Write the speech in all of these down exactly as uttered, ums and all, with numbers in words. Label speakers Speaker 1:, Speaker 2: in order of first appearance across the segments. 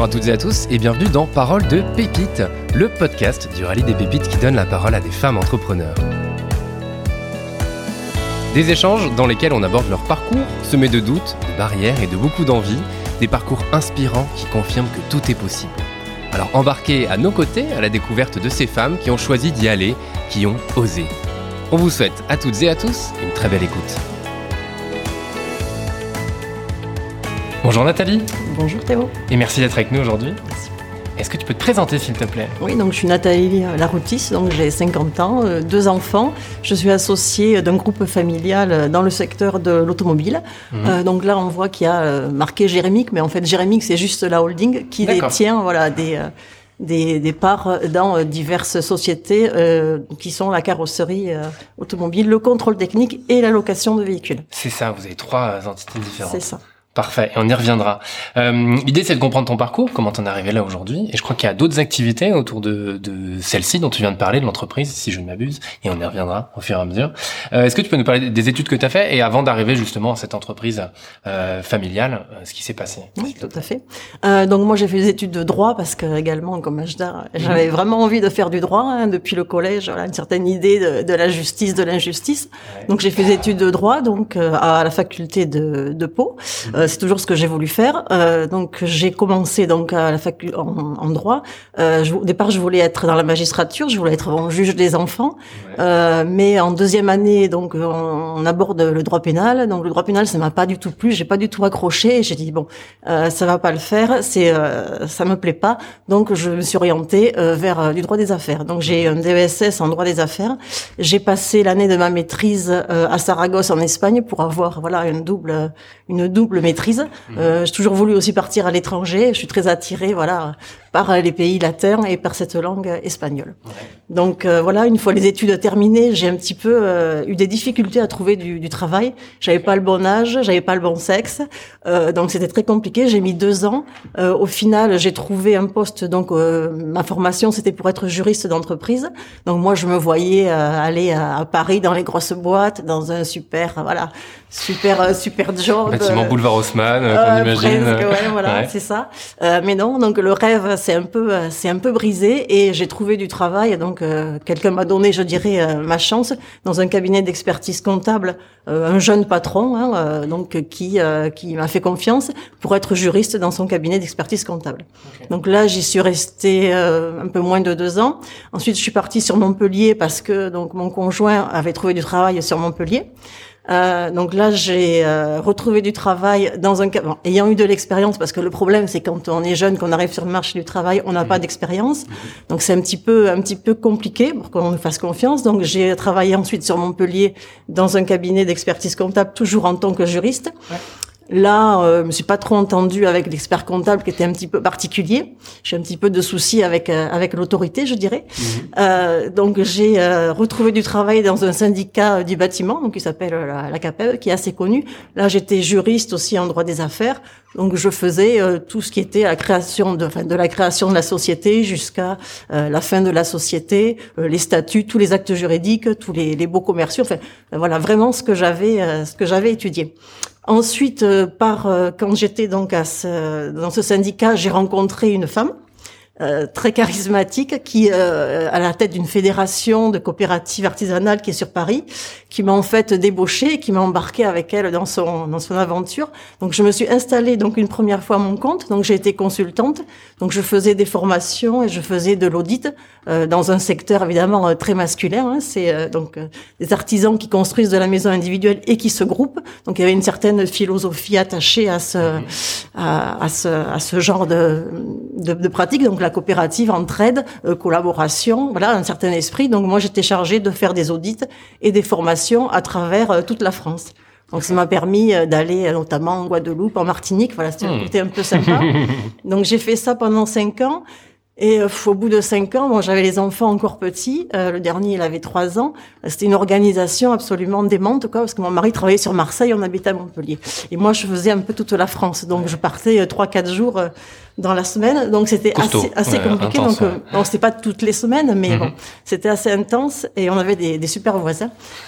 Speaker 1: Bonjour à toutes et à tous et bienvenue dans Parole de Pépites, le podcast du Rallye des Pépites qui donne la parole à des femmes entrepreneurs. Des échanges dans lesquels on aborde leur parcours, semés de doutes, de barrières et de beaucoup d'envie, des parcours inspirants qui confirment que tout est possible. Alors embarquez à nos côtés à la découverte de ces femmes qui ont choisi d'y aller, qui ont osé. On vous souhaite à toutes et à tous une très belle écoute. Bonjour Nathalie.
Speaker 2: Bonjour Théo.
Speaker 1: Et merci d'être avec nous aujourd'hui.
Speaker 2: Merci.
Speaker 1: Est-ce que tu peux te présenter s'il te plaît ?
Speaker 2: Oui, donc je suis Nathalie Laroutis, donc j'ai cinquante ans, euh, deux enfants. Je suis associée d'un groupe familial dans le secteur de l'automobile. Mmh. Euh, donc là, on voit qu'il y a euh, marqué Jérémique, mais en fait Jérémique, c'est juste la holding qui
Speaker 1: D'accord.
Speaker 2: détient voilà, des, euh, des, des parts dans euh, diverses sociétés euh, qui sont la carrosserie euh, automobile, le contrôle technique et la location de véhicules.
Speaker 1: C'est ça, vous avez trois entités différentes.
Speaker 2: C'est ça.
Speaker 1: Parfait, et on y reviendra. Euh, l'idée, c'est de comprendre ton parcours, comment t'en es arrivé là aujourd'hui. Et je crois qu'il y a d'autres activités autour de, de celle-ci dont tu viens de parler, de l'entreprise, si je ne m'abuse. Et on y reviendra au fur et à mesure. Euh, est-ce que tu peux nous parler des études que tu as faites et avant d'arriver justement à cette entreprise euh, familiale, euh, ce qui s'est passé ?
Speaker 2: Oui, tout à fait. Euh, donc moi, j'ai fait des études de droit parce que également, comme Ajda, j'avais mmh. vraiment envie de faire du droit hein, depuis le collège. Voilà, une certaine idée de, de la justice, de l'injustice. Ouais. Donc j'ai fait des études de droit donc euh, à la faculté de, de Pau. Mmh. Euh, c'est toujours ce que j'ai voulu faire. Euh, donc j'ai commencé donc à la facu en, en droit. Euh, je, au départ, je voulais être dans la magistrature, je voulais être en juge des enfants. Ouais. Euh, mais en deuxième année, donc on, on aborde le droit pénal. Donc le droit pénal, ça m'a pas du tout plu. J'ai pas du tout accroché. Et j'ai dit bon, euh, ça va pas le faire. C'est, euh, ça me plaît pas. Donc je me suis orientée euh, vers euh, du droit des affaires. Donc j'ai un D E S S en droit des affaires. J'ai passé l'année de ma maîtrise euh, à Saragosse en Espagne pour avoir voilà une double une double maîtrise. Euh, j'ai toujours voulu aussi partir à l'étranger. Je suis très attirée, voilà, par les pays latins et par cette langue espagnole. Ouais. Donc euh, voilà, une fois les études terminées, j'ai un petit peu euh, eu des difficultés à trouver du, du travail. J'avais pas le bon âge, j'avais pas le bon sexe, euh, donc c'était très compliqué. J'ai mis deux ans. Euh, au final, j'ai trouvé un poste. Donc euh, ma formation, c'était pour être juriste d'entreprise. Donc moi, je me voyais euh, aller à, à Paris dans les grosses boîtes, dans un super, voilà, super super job.
Speaker 1: Bâtiment Boulevard Haussmann, euh, qu'on imagine.
Speaker 2: Presque, ouais, voilà, ouais. C'est ça. Euh, mais non, donc le rêve, c'est un peu, c'est un peu brisé et j'ai trouvé du travail. Donc euh, quelqu'un m'a donné, je dirais, euh, ma chance dans un cabinet d'expertise comptable, euh, un jeune patron, hein, euh, donc qui euh, qui m'a fait confiance pour être juriste dans son cabinet d'expertise comptable. Okay. Donc là, j'y suis restée euh, un peu moins de deux ans. Ensuite, je suis partie sur Montpellier parce que donc mon conjoint avait trouvé du travail sur Montpellier. Euh, donc là, j'ai euh, retrouvé du travail dans un cas, bon, ayant eu de l'expérience, parce que le problème, c'est quand on est jeune, qu'on arrive sur le marché du travail, on n'a mmh. pas d'expérience. Mmh. Donc c'est un petit peu, un petit peu compliqué pour qu'on nous fasse confiance. Donc j'ai travaillé ensuite sur Montpellier dans un cabinet d'expertise comptable, toujours en tant que juriste. Ouais. Là, euh, je me suis pas trop entendue avec l'expert comptable qui était un petit peu particulier. J'ai un petit peu de soucis avec euh, avec l'autorité, je dirais. Mmh. Euh, donc j'ai euh, retrouvé du travail dans un syndicat euh, du bâtiment, donc qui s'appelle la, la CAPEB, qui est assez connu. Là, j'étais juriste aussi en droit des affaires, donc je faisais euh, tout ce qui était la création de, enfin, de la création de la société jusqu'à euh, la fin de la société, euh, les statuts, tous les actes juridiques, tous les, les baux commerciaux. Enfin, euh, voilà vraiment ce que j'avais euh, ce que j'avais étudié. Ensuite, euh, par euh, quand j'étais donc à ce, dans ce syndicat, j'ai rencontré une femme euh, très charismatique qui euh, à la tête d'une fédération de coopératives artisanales qui est sur Paris, qui m'a en fait débauchée et qui m'a embarquée avec elle dans son dans son aventure. Donc je me suis installée donc une première fois à mon compte. Donc j'ai été consultante. Donc je faisais des formations et je faisais de l'audit euh, dans un secteur évidemment euh, très masculin. Hein. C'est euh, donc euh, des artisans qui construisent de la maison individuelle et qui se groupent. Donc il y avait une certaine philosophie attachée à ce à, à ce à ce genre de de, de pratique. Donc la coopérative, entraide, euh, collaboration, voilà, un certain esprit. Donc moi, j'étais chargée de faire des audits et des formations à travers euh, toute la France. Donc ça m'a permis euh, d'aller euh, notamment en Guadeloupe, en Martinique. Voilà, c'était un côté un peu sympa. Donc j'ai fait ça pendant cinq ans. Et euh, au bout de cinq ans, bon, j'avais les enfants encore petits. Euh, le dernier, il avait trois ans. C'était une organisation absolument démente, quoi, parce que mon mari travaillait sur Marseille, on habitait à Montpellier. Et moi, je faisais un peu toute la France. Donc, je partais euh, trois, quatre jours euh, dans la semaine, donc c'était
Speaker 1: Costaud.
Speaker 2: assez, assez
Speaker 1: ouais,
Speaker 2: compliqué.
Speaker 1: Intense,
Speaker 2: donc,
Speaker 1: ouais.
Speaker 2: euh, bon, c'était pas toutes les semaines, mais mm-hmm. bon, c'était assez intense et on avait des, des super voisins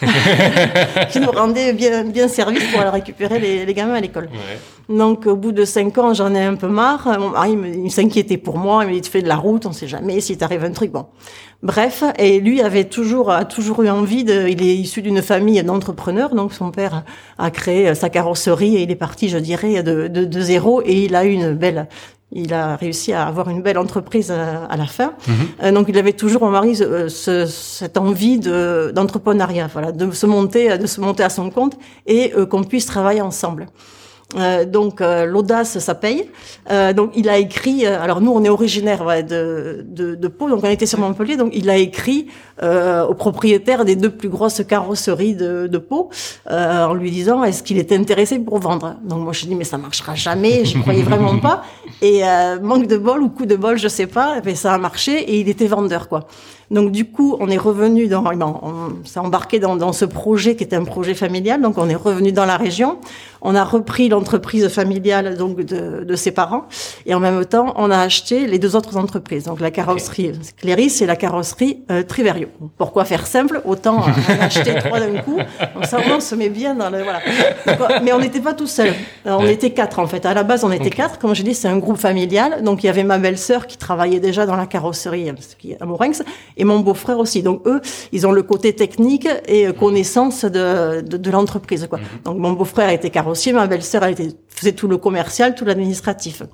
Speaker 2: qui nous rendaient bien, bien service pour aller récupérer les, les gamins à l'école. Ouais. Donc, au bout de cinq ans, j'en ai un peu marre. Mon mari, il, il s'inquiétait pour moi. Il me dit, tu fais de la route, on sait jamais si t'arrive un truc. Bon. Bref. Et lui avait toujours, a toujours eu envie de, il est issu d'une famille d'entrepreneurs. Donc, son père a créé sa carrosserie et il est parti, je dirais, de, de, de zéro et il a eu une belle, il a réussi à avoir une belle entreprise à, à la fin. Mmh. Euh, donc, il avait toujours, mon mari, ce, ce, cette envie de, d'entrepreneuriat, voilà, de se monter, de se monter à son compte et euh, qu'on puisse travailler ensemble. Euh, donc euh, l'audace, ça paye. Euh, donc il a écrit. Euh, alors nous, on est originaire ouais, de, de de Pau, donc on était sur Montpellier. Donc il a écrit euh, au propriétaire des deux plus grosses carrosseries de, de Pau euh, en lui disant est-ce qu'il était intéressé pour vendre. Donc moi je dis mais ça marchera jamais, j'y croyais vraiment pas. Et euh, manque de bol ou coup de bol, je sais pas, mais ça a marché et il était vendeur quoi. Donc du coup, on est revenu dans, on s'est embarqué dans, dans ce projet qui était un projet familial. Donc on est revenu dans la région. On a repris l'entreprise familiale donc de, de ses parents et en même temps, on a acheté les deux autres entreprises. Donc la carrosserie okay. Cléris et la carrosserie euh, Triverio. Pourquoi faire simple? Autant euh, en acheter trois d'un coup. Donc ça, on se met bien dans le voilà. Donc, mais on n'était pas tout seul. On ouais. était quatre en fait. À la base, on était okay. quatre. Comme je dis, c'est un groupe familial. Donc il y avait ma belle-sœur qui travaillait déjà dans la carrosserie à Mourenx. Et mon beau-frère aussi. Donc eux, ils ont le côté technique et connaissance de, de, de l'entreprise, quoi. Mm-hmm. Donc mon beau-frère était carrossier, ma belle-sœur elle était, faisait tout le commercial, tout l'administratif.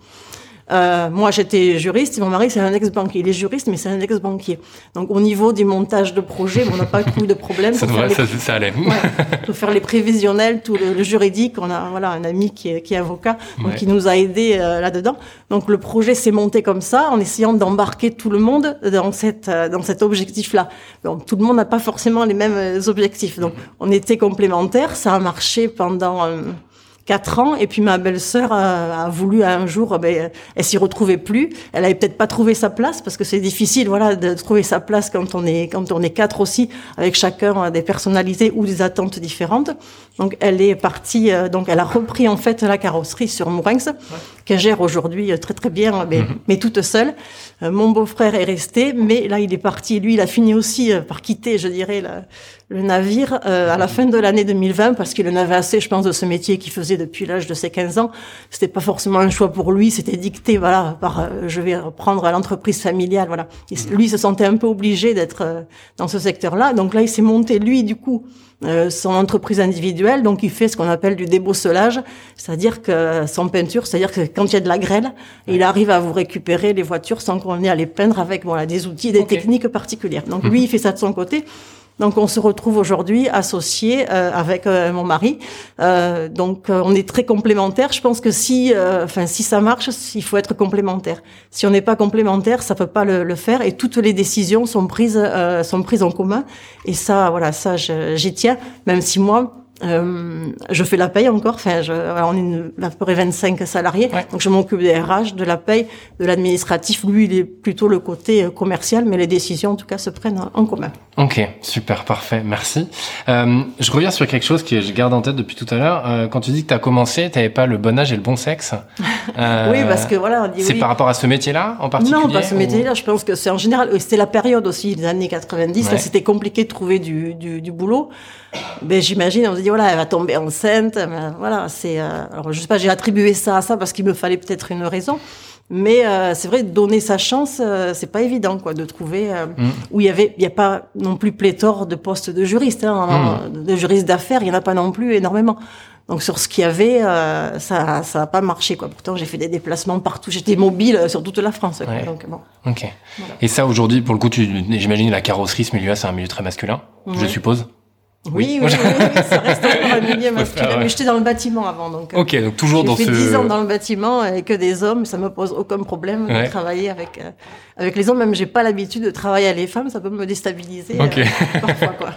Speaker 2: Euh, moi, j'étais juriste et mon mari, c'est un ex-banquier. Il est juriste, mais c'est un ex-banquier. Donc, au niveau du montage de projet, bon, on n'a pas eu de problème.
Speaker 1: Ça, devrait, les... ça, ça allait.
Speaker 2: Ouais, pour faire les prévisionnels, tout le, le juridique. On a, voilà, un ami qui est, qui est avocat, donc ouais. qui nous a aidés euh, là-dedans. Donc, le projet s'est monté comme ça, en essayant d'embarquer tout le monde dans cette, euh, dans cet objectif-là. Donc, tout le monde n'a pas forcément les mêmes objectifs. Donc, on était complémentaires. Ça a marché pendant, euh, quatre ans et puis ma belle-sœur a, a voulu un jour, ben, elle s'y retrouvait plus. Elle avait peut-être pas trouvé sa place parce que c'est difficile, voilà, de trouver sa place quand on est quand on est quatre aussi, avec chacun des personnalités ou des attentes différentes. Donc elle est partie, euh, donc elle a repris en fait la carrosserie sur Mourenx, ouais. qu'elle gère aujourd'hui très très bien, mais, mm-hmm. mais toute seule. Euh, mon beau-frère est resté, mais là il est parti. Lui, il a fini aussi euh, par quitter, je dirais, la, le navire euh, à la fin de l'année deux mille vingt parce qu'il en avait assez, je pense, de ce métier qu'il faisait depuis l'âge de ses quinze ans. C'était pas forcément un choix pour lui, c'était dicté, voilà, par euh, je vais reprendre l'entreprise familiale, voilà. Et lui, il se sentait un peu obligé d'être euh, dans ce secteur-là. Donc là, il s'est monté, lui, du coup, euh, son entreprise individuelle. Donc, il fait ce qu'on appelle du débosselage, c'est-à-dire que son peinture, c'est-à-dire que quand il y a de la grêle, il arrive à vous récupérer les voitures sans qu'on ait à les peindre avec, voilà, des outils et des okay. techniques particulières. Donc, lui, il fait ça de son côté. Donc on se retrouve aujourd'hui associés euh, avec euh, mon mari. Euh, donc euh, on est très complémentaires. Je pense que si, enfin euh, si ça marche, il faut être complémentaires. Si on n'est pas complémentaires, ça peut pas le, le faire. Et toutes les décisions sont prises euh, sont prises en commun. Et ça, voilà, ça je, j'y tiens. Même si moi. Euh, je fais la paye encore. Enfin, je, on est une, à peu près vingt-cinq salariés, ouais. donc je m'occupe des R H, de la paye, de l'administratif. Lui, il est plutôt le côté commercial, mais les décisions, en tout cas, se prennent en commun.
Speaker 1: Ok, super, parfait, merci. Euh, je reviens sur quelque chose que je garde en tête depuis tout à l'heure. Euh, quand tu dis que tu as commencé, tu n'avais pas le bon âge et le bon sexe.
Speaker 2: Euh, oui, parce que voilà, on dit
Speaker 1: c'est
Speaker 2: oui.
Speaker 1: par rapport à ce métier-là en particulier?
Speaker 2: Non, pas ce ou... métier-là. Je pense que c'est en général. C'était la période aussi, les années quatre-vingt-dix. Ouais. Là, c'était compliqué de trouver du, du, du boulot. Ben, j'imagine, on se dit, voilà, elle va tomber enceinte. Ben, voilà, c'est, euh, alors, je sais pas, j'ai attribué ça à ça parce qu'il me fallait peut-être une raison. Mais, euh, c'est vrai, donner sa chance, euh, c'est pas évident, quoi, de trouver, euh, mmh. où il y avait, il y a pas non plus pléthore de postes de juristes, hein, mmh. de juristes d'affaires, il y en a pas non plus énormément. Donc, sur ce qu'il y avait, euh, ça, ça a pas marché, quoi. Pourtant, j'ai fait des déplacements partout. J'étais mobile sur toute la France, quoi.
Speaker 1: Ouais.
Speaker 2: Donc, bon.
Speaker 1: Ok. Voilà. Et ça, aujourd'hui, pour le coup, tu, j'imagine, la carrosserie, ce milieu-là, c'est un milieu très masculin, mmh. je suppose.
Speaker 2: Oui, oui, oui, oui, oui, ça reste encore un milieu masculin. Ouais. Mais j'étais dans le bâtiment avant, donc.
Speaker 1: Ok, donc toujours dans ce.
Speaker 2: J'ai fait dix ans dans le bâtiment et que des hommes, ça me pose aucun problème ouais. de travailler avec euh, avec les hommes. Même j'ai pas l'habitude de travailler avec les femmes, ça peut me déstabiliser
Speaker 1: okay.
Speaker 2: euh, parfois, quoi.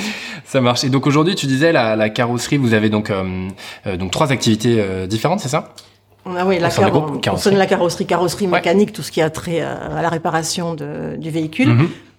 Speaker 1: Ça marche. Et donc aujourd'hui, tu disais la, la carrosserie, vous avez donc euh, euh, donc trois activités euh, différentes, c'est ça?
Speaker 2: Ah oui, la car- on sonne la carrosserie, carrosserie mécanique, ouais. tout ce qui a trait à la réparation de, du véhicule. Mm-hmm.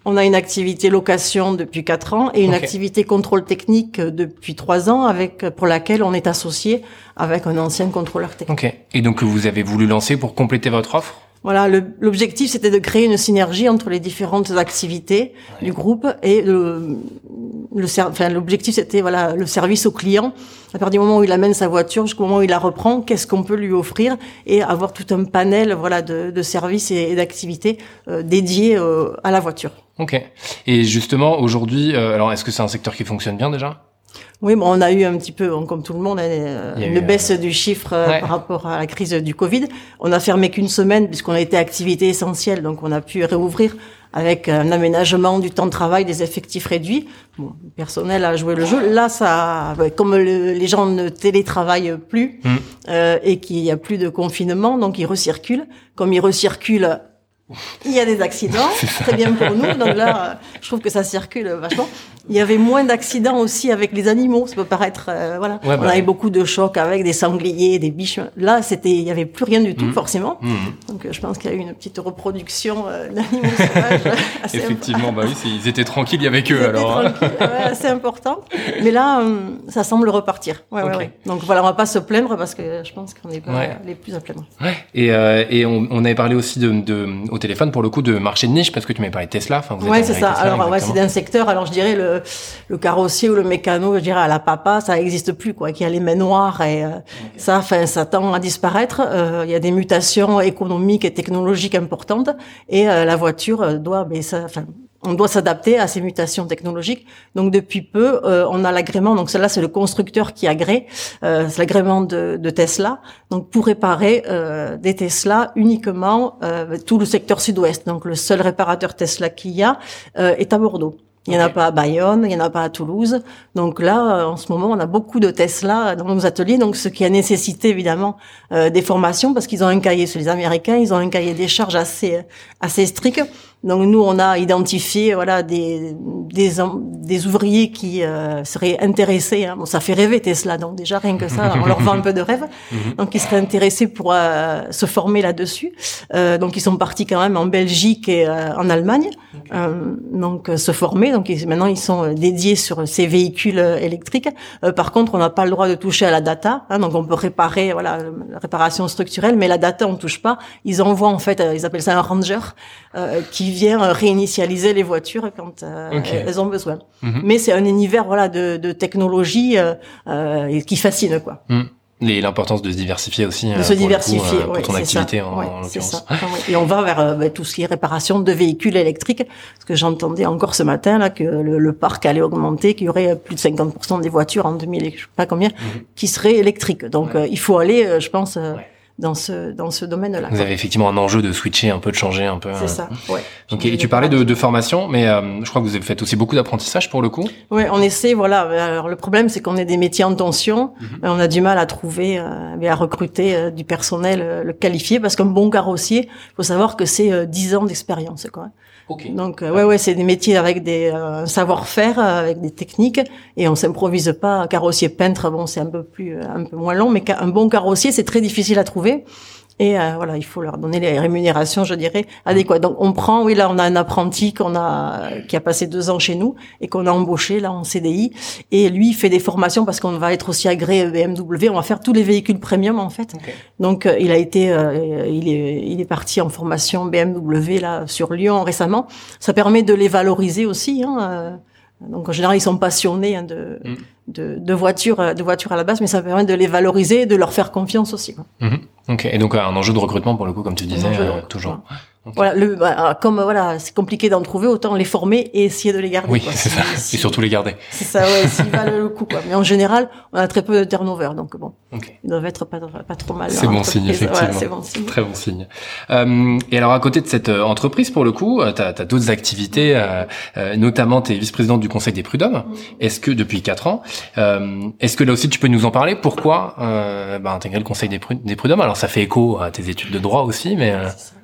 Speaker 2: On a une activité location depuis quatre ans et une okay. activité contrôle technique depuis trois ans, avec pour laquelle on est associé avec un ancien contrôleur technique.
Speaker 1: Ok. Et donc vous avez voulu lancer pour compléter votre offre?
Speaker 2: Voilà, le, l'objectif c'était de créer une synergie entre les différentes activités ouais. du groupe et le, le enfin l'objectif c'était voilà le service au client. À partir du moment où il amène sa voiture jusqu'au moment où il la reprend, qu'est-ce qu'on peut lui offrir et avoir tout un panel voilà de, de services et, et d'activités euh, dédiés euh, à la voiture.
Speaker 1: Ok. Et justement aujourd'hui, euh, alors est-ce que c'est un secteur qui fonctionne bien déjà?
Speaker 2: Oui, bon, on a eu un petit peu, comme tout le monde, une eu, baisse euh... du chiffre ouais. par rapport à la crise du Covid. On a fermé qu'une semaine puisqu'on a été activité essentielle, donc on a pu réouvrir avec un aménagement du temps de travail, des effectifs réduits. Bon, le personnel a joué le jeu. Là, ça, comme le, les gens ne télétravaillent plus mmh. euh, et qu'il y a plus de confinement, donc ils recirculent. Comme ils recirculent, il y a des accidents, très bien pour nous. Donc là, je trouve que ça circule vachement. Il y avait moins d'accidents aussi avec les animaux. Ça peut paraître, euh, voilà. Ouais, bah, on avait ouais. beaucoup de chocs avec des sangliers, des biches. Là, c'était, il y avait plus rien du tout, mmh. forcément. Mmh. Donc, euh, je pense qu'il y a eu une petite reproduction euh, d'animaux sauvages. Assez
Speaker 1: Effectivement, bah oui, c'est, ils étaient tranquilles avec eux,
Speaker 2: ils
Speaker 1: alors.
Speaker 2: Étaient tranquilles, ouais, assez important. Mais là, euh, ça semble repartir. Ouais, okay. ouais, ouais. Donc voilà, on va pas se plaindre parce que je pense qu'on n'est pas ouais. les plus à plaindre.
Speaker 1: Ouais. Et, euh, et on, on avait parlé aussi de, de, au téléphone pour le coup de marché de niche parce que tu m'avais parlé de Tesla. Enfin, vous
Speaker 2: ouais, c'est ça. Tesla, alors, exactement. ouais, c'est d'un secteur. Alors, je dirais le, le carrossier ou le mécano, je dirais à la papa, ça n'existe plus, quoi. Qu'il y a les mains noires et euh, okay. ça, enfin, ça tend à disparaître. Euh, il y a des mutations économiques et technologiques importantes et euh, la voiture doit, mais ça, enfin. On doit s'adapter à ces mutations technologiques. Donc depuis peu, euh, on a l'agrément. Donc celle-là, c'est le constructeur qui agrée. Euh, c'est l'agrément de, de Tesla. Donc pour réparer euh, des Tesla uniquement euh, tout le secteur sud-ouest. Donc le seul réparateur Tesla qu'il y a euh, est à Bordeaux. Il n'y en a okay. pas à Bayonne, il n'y en a pas à Toulouse. Donc là, en ce moment, on a beaucoup de Tesla dans nos ateliers. Donc ce qui a nécessité évidemment euh, des formations parce qu'ils ont un cahier sur les Américains, ils ont un cahier des charges assez assez strict. Donc nous, on a identifié voilà des des, des ouvriers qui euh, seraient intéressés. Hein. Bon, ça fait rêver Tesla, donc déjà rien que ça, on leur vend un peu de rêve. Donc ils seraient intéressés pour euh, se former là-dessus. Euh, donc ils sont partis quand même en Belgique et euh, en Allemagne. Okay. Euh, donc euh, se former. Donc ils, maintenant ils sont dédiés sur ces véhicules électriques. Euh, par contre, on n'a pas le droit de toucher à la data. Hein, donc on peut réparer voilà la réparation structurelle, mais la data on touche pas. Ils envoient en fait, ils appellent ça un ranger euh, qui vient réinitialiser les voitures quand euh, okay. elles ont besoin. Mm-hmm. Mais c'est un univers voilà de, de technologie euh, euh, qui fascine quoi.
Speaker 1: Mm. Et l'importance de se diversifier aussi.
Speaker 2: De euh, se diversifier,
Speaker 1: coup, euh, pour
Speaker 2: ouais,
Speaker 1: ton activité en,
Speaker 2: ouais,
Speaker 1: en l'occurrence.
Speaker 2: Ça. Et on va vers euh, bah, tout ce qui est réparation de véhicules électriques, parce que j'entendais encore ce matin là que le, le parc allait augmenter, qu'il y aurait plus de cinquante pour cent des voitures en deux mille, je sais pas combien, mm-hmm. qui seraient électriques. Donc ouais. euh, il faut aller, euh, je pense. Euh, ouais. dans ce dans ce domaine-là.
Speaker 1: Vous avez effectivement un enjeu de switcher un peu, de changer un peu.
Speaker 2: C'est ça, ouais.
Speaker 1: Donc, et tu parlais de, de formation, mais euh, je crois que vous avez fait aussi beaucoup d'apprentissage pour le coup.
Speaker 2: Oui, on essaie, voilà. Alors le problème, c'est qu'on est des métiers en tension, mm-hmm. on a du mal à trouver, euh, à recruter euh, du personnel euh, le qualifié, parce qu'un bon carrossier, faut savoir que c'est euh, dix ans d'expérience, quoi.
Speaker 1: Okay.
Speaker 2: Donc euh, ouais ouais c'est des métiers avec des euh, savoir-faire, euh, avec des techniques et on s'improvise pas. Carrossier peintre, bon c'est un peu plus euh, un peu moins long, mais un bon carrossier c'est très difficile à trouver. Et euh, voilà, il faut leur donner les rémunérations, je dirais, adéquates. Donc on prend, oui, là on a un apprenti qu'on a qui a passé deux ans chez nous et qu'on a embauché là en C D I. Et lui il fait des formations parce qu'on va être aussi agréé B M W. On va faire tous les véhicules premium en fait. Okay. Donc euh, il a été, euh, il est, il est parti en formation B M W là sur Lyon récemment. Ça permet de les valoriser aussi. Hein, euh, donc en général ils sont passionnés hein, de, mm. de de voitures, de voitures à la base, mais ça permet de les valoriser et de leur faire confiance aussi. Quoi.
Speaker 1: Mm-hmm. Ok, et donc un enjeu de recrutement pour le coup, comme tu disais, euh, toujours.
Speaker 2: Okay. Voilà, le, bah, comme voilà, c'est compliqué d'en trouver, autant les former et essayer de les garder.
Speaker 1: Oui,
Speaker 2: quoi.
Speaker 1: c'est
Speaker 2: si,
Speaker 1: ça.
Speaker 2: Si,
Speaker 1: et surtout les garder.
Speaker 2: C'est ça, ouais, s'ils valent le coup, quoi. Mais en général, on a très peu de turnover, donc bon, okay. Ils doivent être pas, pas trop mal.
Speaker 1: C'est bon signe, effectivement.
Speaker 2: Voilà, c'est bon signe.
Speaker 1: Très bon signe. Euh, et alors, à côté de cette entreprise, pour le coup, t'as, t'as d'autres activités, euh, euh, notamment t'es vice-présidente du Conseil des prud'hommes. Mmh. Est-ce que depuis quatre ans, euh, est-ce que là aussi tu peux nous en parler? Pourquoi euh, bah, intégrer le Conseil des, pru- des prud'hommes? Alors, ça fait écho à tes études de droit aussi, mais. Euh...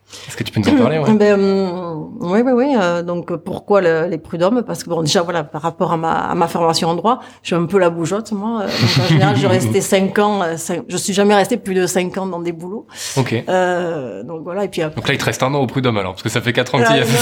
Speaker 1: Est-ce que tu peux nous en parler? Ouais.
Speaker 2: Ben, oui, oui, oui. Euh, donc pourquoi le, les prud'hommes? Parce que bon, déjà voilà, par rapport à ma, à ma formation en droit, je suis un peu la bougeotte, moi. Donc, en général, je restais cinq ans. Cinq, je suis jamais restée plus de cinq ans dans des boulots.
Speaker 1: Ok.
Speaker 2: Euh, donc voilà, et puis après.
Speaker 1: Donc là, il te reste un an au prud'homme alors, parce que ça fait quatre ans que tu y as fait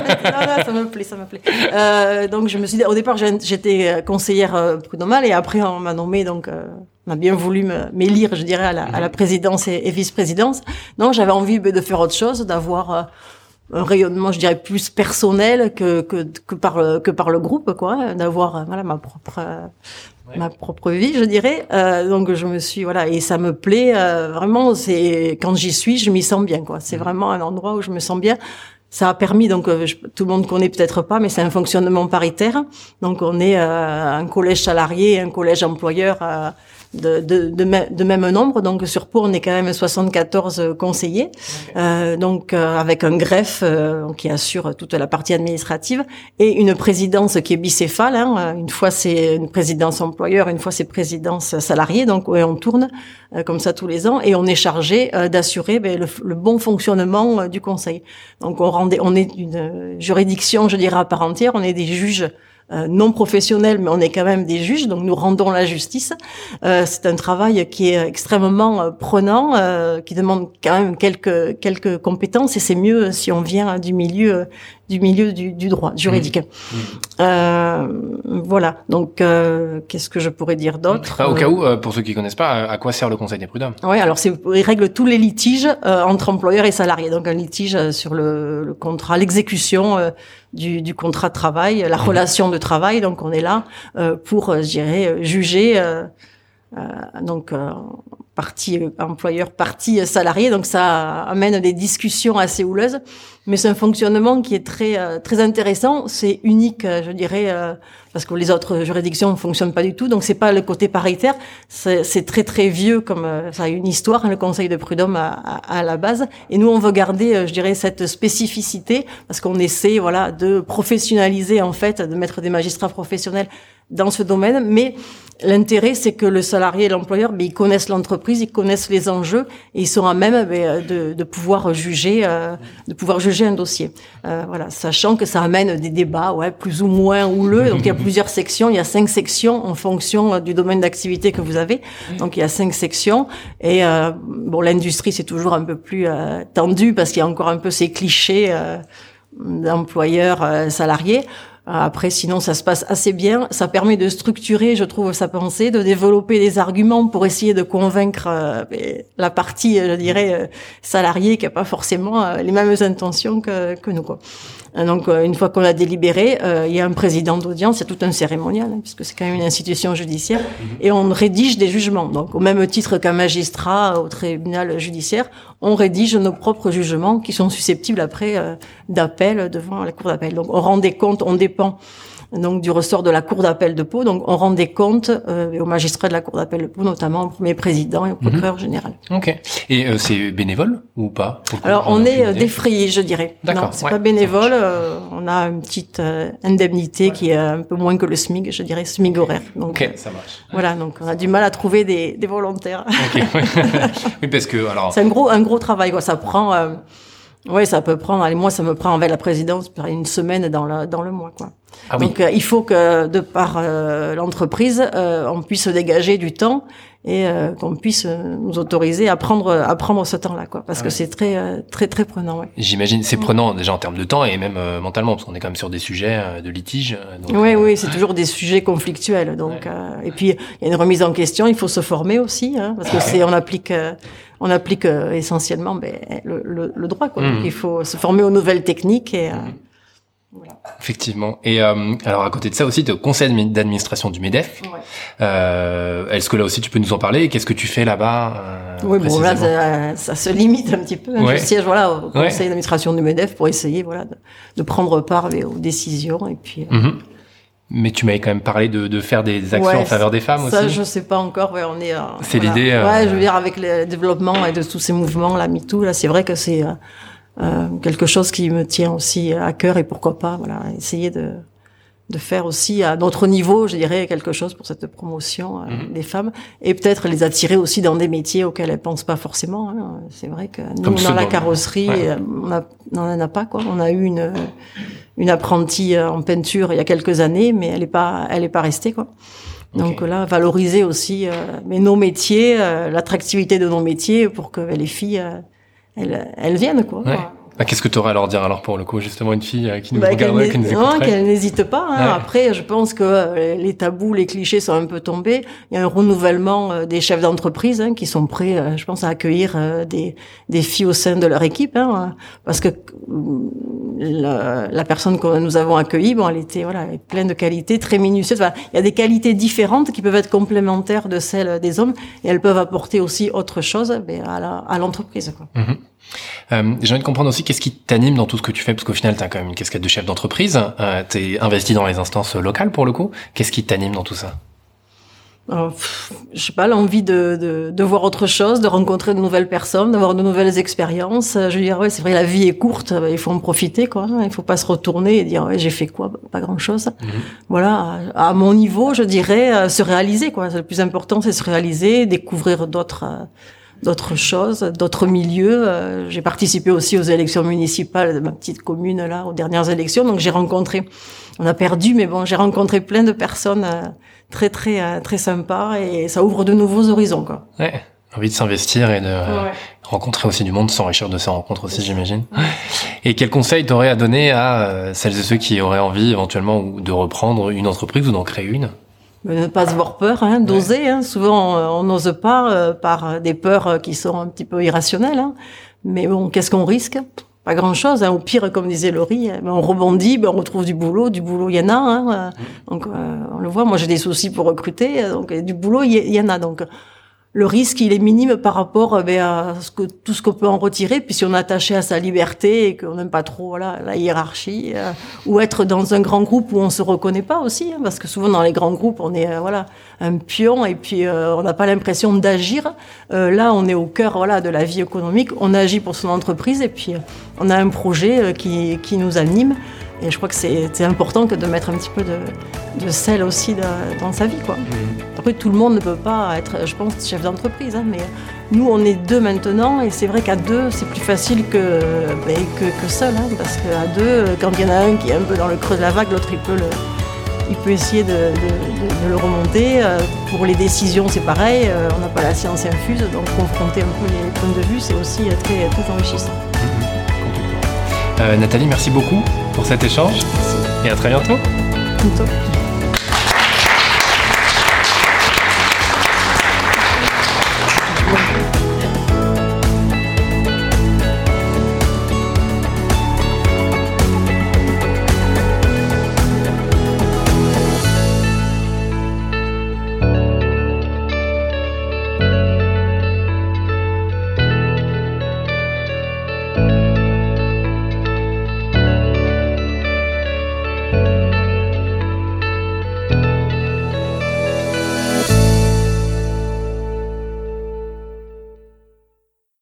Speaker 1: ça.
Speaker 2: Ça me plaît, ça me plaît. Euh, donc je me suis dit, au départ, j'étais conseillère prud'homale et après on m'a nommée donc. Euh, On a bien voulu m'élire, je dirais, à la, à la présidence et, et vice-présidence. Non, j'avais envie de faire autre chose, d'avoir euh, un rayonnement, je dirais, plus personnel que que, que par que par le groupe, quoi. D'avoir, voilà, ma propre ouais. ma propre vie, je dirais. Euh, donc je me suis, voilà, et ça me plaît euh, vraiment. C'est quand j'y suis, je m'y sens bien, quoi. C'est vraiment un endroit où je me sens bien. Ça a permis, donc je, tout le monde connaît peut-être pas, mais c'est un fonctionnement paritaire. Donc on est euh, un collège salarié et un collège employeur. Euh, De, de, de, de même nombre, donc sur Pau on est quand même soixante-quatorze conseillers, okay. euh, donc euh, avec un greffe euh, qui assure toute la partie administrative et une présidence qui est bicéphale. Hein. Une fois c'est une présidence employeur, une fois c'est présidence salariée, donc ouais, on tourne euh, comme ça tous les ans et on est chargé euh, d'assurer ben, le, le bon fonctionnement euh, du conseil. Donc on rendait, on est une juridiction, je dirais à part entière, on est des juges. Euh, non professionnels, mais on est quand même des juges, donc nous rendons la justice. Euh, c'est un travail qui est extrêmement euh, prenant, euh, qui demande quand même quelques quelques compétences, et c'est mieux si on vient du milieu du milieu du, du droit juridique. Mmh. Euh, voilà. Donc, euh, qu'est-ce que je pourrais dire d'autre?
Speaker 1: Au cas où, euh, pour ceux qui connaissent pas, à quoi sert le Conseil des prud'hommes?
Speaker 2: Oui, alors c'est il règle tous les litiges euh, entre employeurs et salariés. Donc un litige sur le, le contrat, l'exécution euh, du, du contrat de travail, la mmh. relation de travail. Donc on est là euh, pour, je dirais, juger. Euh, euh, donc euh, partie employeur, partie salarié. Donc ça amène des discussions assez houleuses. Mais c'est un fonctionnement qui est très euh, très intéressant. C'est unique, euh, je dirais, euh, parce que les autres juridictions ne fonctionnent pas du tout. Donc c'est pas le côté paritaire. C'est, c'est très très vieux, comme euh, ça a une histoire. Hein, le Conseil de prud'homme à, à, à la base. Et nous on veut garder, euh, je dirais, cette spécificité parce qu'on essaie, voilà, de professionnaliser en fait, de mettre des magistrats professionnels dans ce domaine. Mais l'intérêt, c'est que le salarié et l'employeur, ben, ils connaissent l'entreprise, ils connaissent les enjeux et ils sont à même ben, de, de pouvoir juger, euh, de pouvoir juger un dossier. Euh, voilà, sachant que ça amène des débats, ouais, plus ou moins houleux. Donc il y a plusieurs sections, il y a cinq sections en fonction du domaine d'activité que vous avez. Donc il y a cinq sections et euh, bon, l'industrie c'est toujours un peu plus euh, tendu parce qu'il y a encore un peu ces clichés euh, d'employeurs euh, salariés. Après, sinon, ça se passe assez bien. Ça permet de structurer, je trouve, sa pensée, de développer des arguments pour essayer de convaincre euh, la partie, je dirais, euh, salariée qui n'a pas forcément euh, les mêmes intentions que, que nous, quoi. Donc, une fois qu'on a délibéré, euh, il y a un président d'audience, il y a tout un cérémonial, hein, puisque c'est quand même une institution judiciaire, et on rédige des jugements. Donc, au même titre qu'un magistrat au tribunal judiciaire, on rédige nos propres jugements qui sont susceptibles après euh, d'appel devant la cour d'appel. Donc, on rend des comptes, on dépend donc du ressort de la cour d'appel de Pau. Donc, on rend des comptes euh, aux magistrats de la cour d'appel de Pau, notamment au premier président et au procureur mmh. général.
Speaker 1: Ok. Et euh, c'est bénévole ou pas?
Speaker 2: Alors, on est euh, défrayé, je dirais.
Speaker 1: D'accord.
Speaker 2: Non, c'est
Speaker 1: ouais,
Speaker 2: pas bénévole. Euh, on a une petite euh, indemnité ouais. qui est un peu moins que le SMIC, je dirais, SMIC horaire. Donc,
Speaker 1: ok, ça marche.
Speaker 2: Voilà, donc on a du mal à trouver des, des volontaires.
Speaker 1: Ok. Oui, parce que alors.
Speaker 2: C'est un gros, un gros travail, quoi. Ça prend. Euh, Oui, ça peut prendre. Allez, moi, ça me prend avec la présidence une semaine dans le dans le mois, quoi.
Speaker 1: Ah oui.
Speaker 2: Donc, euh, il faut que de par euh, l'entreprise, euh, on puisse dégager du temps et euh, qu'on puisse nous autoriser à prendre à prendre ce temps-là, quoi. Parce ah que oui. c'est très euh, très très prenant. Ouais.
Speaker 1: J'imagine c'est prenant déjà en termes de temps et même euh, mentalement, parce qu'on est quand même sur des sujets euh, de litige.
Speaker 2: Donc, oui, euh... oui, c'est toujours des sujets conflictuels. Donc, ouais. euh, et puis il y a une remise en question. Il faut se former aussi, hein, parce que c'est on applique. Euh, On applique euh, essentiellement ben, le, le, le droit, quoi. Mmh. Donc, il faut se former aux nouvelles techniques et euh, voilà.
Speaker 1: Effectivement. Et euh, alors à côté de ça aussi, tu es au conseil d'administration du MEDEF. Ouais. Euh, est-ce que là aussi tu peux nous en parler? Qu'est-ce que tu fais là-bas euh,
Speaker 2: Oui, bon là ça, ça se limite un petit peu. Hein. Ouais. Je siège voilà au conseil ouais. d'administration du MEDEF pour essayer voilà de, de prendre part aux décisions et puis. Euh,
Speaker 1: mmh. Mais tu m'avais quand même parlé de, de faire des actions
Speaker 2: ouais,
Speaker 1: en faveur des femmes
Speaker 2: ça,
Speaker 1: aussi.
Speaker 2: Ça, je sais pas encore. Ouais, on est. Euh,
Speaker 1: c'est
Speaker 2: voilà.
Speaker 1: l'idée. Euh...
Speaker 2: Ouais, je veux dire avec le développement et de tous ces mouvements, là, MeToo, là, c'est vrai que c'est euh, quelque chose qui me tient aussi à cœur et pourquoi pas, voilà, essayer de de faire aussi à notre niveau, je dirais, quelque chose pour cette promotion euh, mmh. des femmes, et peut-être les attirer aussi dans des métiers auxquels elles pensent pas forcément. Hein. C'est vrai que nous, dans la carrosserie, ouais. on a, on en a pas, quoi. On a eu une, une apprentie en peinture il y a quelques années, mais elle est pas, elle est pas restée, quoi. Okay. Donc là, valoriser aussi, euh, mais nos métiers, euh, l'attractivité de nos métiers pour que les filles, euh, elles, elles viennent, quoi.
Speaker 1: Ouais. Bah, qu'est-ce que tu aurais à leur dire alors pour le coup, justement une fille qui nous
Speaker 2: bah,
Speaker 1: regarderait, qui nous écouterait?
Speaker 2: Non, qu'elle n'hésite pas. Hein. Ouais. Après, je pense que les tabous, les clichés sont un peu tombés. Il y a un renouvellement des chefs d'entreprise hein, qui sont prêts, je pense, à accueillir des, des filles au sein de leur équipe, hein, parce que la, la personne que nous avons accueillie, bon, elle était voilà, elle est pleine de qualités, très minutieuse. Enfin, il y a des qualités différentes qui peuvent être complémentaires de celles des hommes, et elles peuvent apporter aussi autre chose mais à, la, à l'entreprise, quoi.
Speaker 1: Mmh. Euh, j'ai envie de comprendre aussi qu'est-ce qui t'anime dans tout ce que tu fais, parce qu'au final t'as quand même une casquette de chef d'entreprise, euh, t'es investi dans les instances locales pour le coup. Qu'est-ce qui t'anime dans tout ça?
Speaker 2: Euh, pff, je sais pas, l'envie de, de, de voir autre chose, de rencontrer de nouvelles personnes, d'avoir de nouvelles expériences. Je veux dire, ouais, c'est vrai, la vie est courte, il faut en profiter, quoi. Il faut pas se retourner et dire, ouais, j'ai fait quoi? Pas grand chose. Mmh. Voilà. À, à mon niveau, je dirais, se réaliser, quoi. Le plus important, c'est se réaliser, découvrir d'autres, euh, d'autres choses, d'autres milieux. Euh, j'ai participé aussi aux élections municipales de ma petite commune, là, aux dernières élections. Donc, j'ai rencontré, on a perdu, mais bon, j'ai rencontré plein de personnes euh, très, très, euh, très sympas et ça ouvre de nouveaux horizons, quoi.
Speaker 1: Ouais. Envie de s'investir et de euh, ouais. rencontrer aussi du monde, s'enrichir de ces rencontres aussi, j'imagine. Et quel conseil t'aurais à donner à euh, celles et ceux qui auraient envie, éventuellement, de reprendre une entreprise ou d'en créer une?
Speaker 2: Ne pas se voir peur, hein, d'oser. Ouais. Hein. Souvent, on n'ose pas euh, par des peurs qui sont un petit peu irrationnelles. Hein. Mais bon, qu'est-ce qu'on risque? Pas grand-chose. Hein. Au pire, comme disait Laurie, ben, on rebondit, ben, on retrouve du boulot. Du boulot, il y en a. Hein. Donc, euh, on le voit. Moi, j'ai des soucis pour recruter. Donc, du boulot, il y, y en a. Donc, le risque, il est minime par rapport ben, à ce que, tout ce qu'on peut en retirer. Puis si on est attaché à sa liberté et qu'on n'aime pas trop voilà, la hiérarchie, euh, ou être dans un grand groupe où on se reconnaît pas aussi, hein, parce que souvent dans les grands groupes, on est euh, voilà un pion et puis euh, on n'a pas l'impression d'agir. Euh, là, on est au cœur voilà de la vie économique. On agit pour son entreprise et puis euh, on a un projet euh, qui qui nous anime. Et je crois que c'est, c'est important que de mettre un petit peu de, de sel aussi de, dans sa vie, quoi. Mmh. Après, tout le monde ne peut pas être, je pense, chef d'entreprise, hein, mais nous, on est deux maintenant, et c'est vrai qu'à deux, c'est plus facile que, ben, que, que seul, hein, parce qu'à deux, quand il y en a un qui est un peu dans le creux de la vague, l'autre, il peut, le, il peut essayer de, de, de, de le remonter. Pour les décisions, c'est pareil, on n'a pas la science infuse, donc confronter un peu les points de vue, c'est aussi très, très enrichissant.
Speaker 1: Mmh. Euh, Nathalie, merci beaucoup pour cet échange.
Speaker 2: Merci.
Speaker 1: Et à très bientôt.
Speaker 2: À bientôt.